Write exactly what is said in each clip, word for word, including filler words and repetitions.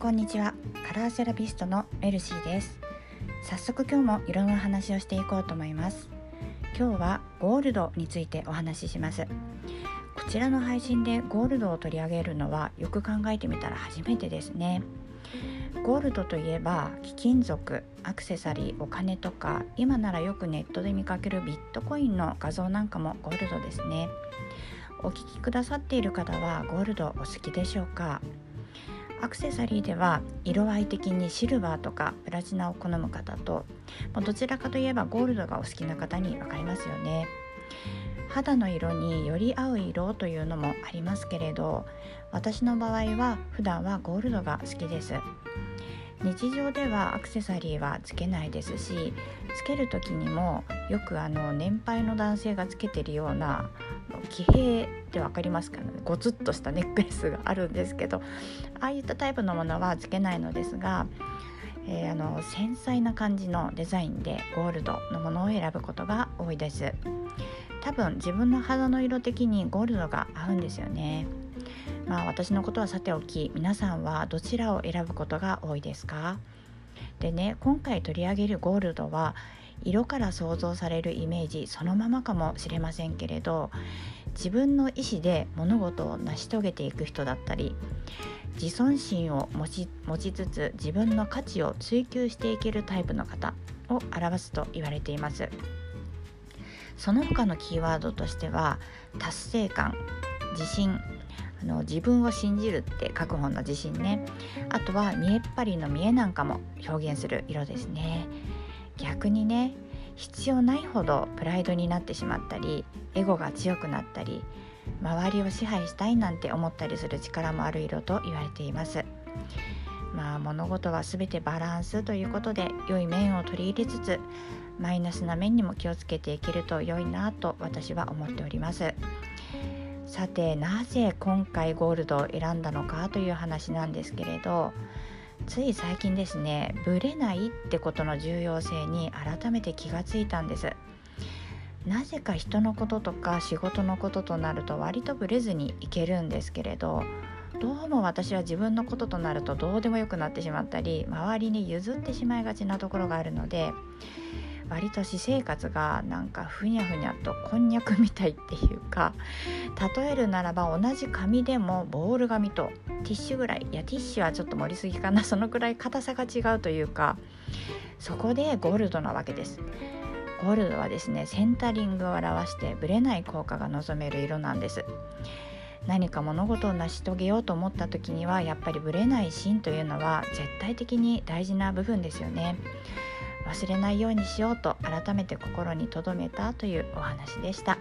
こんにちは。カラーセラピストのメルシーです。早速今日もいろんな話をしていこうと思います。今日はゴールドについてお話しします。こちらの配信でゴールドを取り上げるのはよく考えてみたら初めてですね。ゴールドといえば貴金属、アクセサリー、お金とか、今ならよくネットで見かけるビットコインの画像なんかもゴールドですね。お聞きくださっている方はゴールドお好きでしょうか？アクセサリーでは色合い的にシルバーとかプラチナを好む方と、どちらかといえばゴールドがお好きな方に分かりますよね。肌の色により合う色というのもありますけれど、私の場合は普段はゴールドが好きです。日常ではアクセサリーはつけないですし、つける時にもよくあの年配の男性がつけてるような騎兵って分かりますかね、ゴツッとしたネックレスがあるんですけど、ああいったタイプのものはつけないのですが、えー、あの繊細な感じのデザインでゴールドのものを選ぶことが多いです。多分自分の肌の色的にゴールドが合うんですよね。まあ私のことはさておき、皆さんはどちらを選ぶことが多いですか？でね、今回取り上げるゴールドは色から想像されるイメージそのままかもしれませんけれど、自分の意思で物事を成し遂げていく人だったり、自尊心を持ち、持ちつつ自分の価値を追求していけるタイプの方を表すと言われています。その他のキーワードとしては、達成感、自信、あの自分を信じるって書く本の自信ね。あとは見えっ張りの見えなんかも表現する色ですね。逆にね、必要ないほどプライドになってしまったり、エゴが強くなったり、周りを支配したいなんて思ったりする力もある色と言われています。まあ物事はすべてバランスということで、良い面を取り入れつつマイナスな面にも気をつけていけると良いなと私は思っております。さて、なぜ今回ゴールドを選んだのかという話なんですけれど、つい最近ですね、ブレないってことの重要性に改めて気がついたんです。なぜか人のこととか仕事のこととなると割とブレずにいけるんですけれど、どうも私は自分のこととなるとどうでもよくなってしまったり、周りに譲ってしまいがちなところがあるので、割と私生活がなんかふにゃふにゃとこんにゃくみたいっていうか、例えるならば同じ紙でもボール紙とティッシュぐらい、いやティッシュはちょっと盛りすぎかな、そのくらい硬さが違うというか、そこでゴールドなわけです。ゴールドはですね、センタリングを表してブレない効果が望める色なんです。何か物事を成し遂げようと思った時には、やっぱりブレない芯というのは絶対的に大事な部分ですよね。忘れないようにしようと改めて心に留めたというお話でした。はい、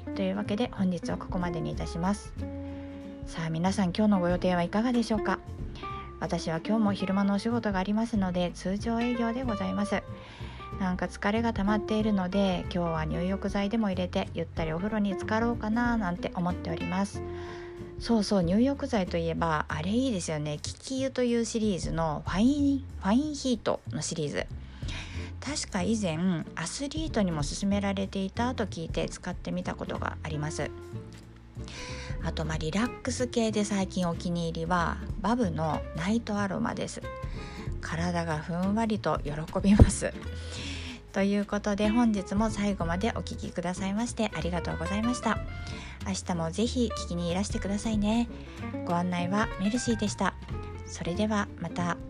というわけで本日はここまでにいたします。さあ皆さん、今日のご予定はいかがでしょうか？私は今日も昼間のお仕事がありますので通常営業でございます。なんか疲れが溜まっているので、今日は入浴剤でも入れてゆったりお風呂に浸かろうかななんて思っております。そうそう、入浴剤といえばあれいいですよね。キキ湯というシリーズのファインファインヒートのシリーズ、確か以前アスリートにも勧められていたと聞いて使ってみたことがあります。あとまあリラックス系で最近お気に入りはバブのナイトアロマです。体がふんわりと喜びますということで、本日も最後までお聞きくださいましてありがとうございました。明日もぜひ聞きにいらしてくださいね。ご案内はメルシーでした。それではまた。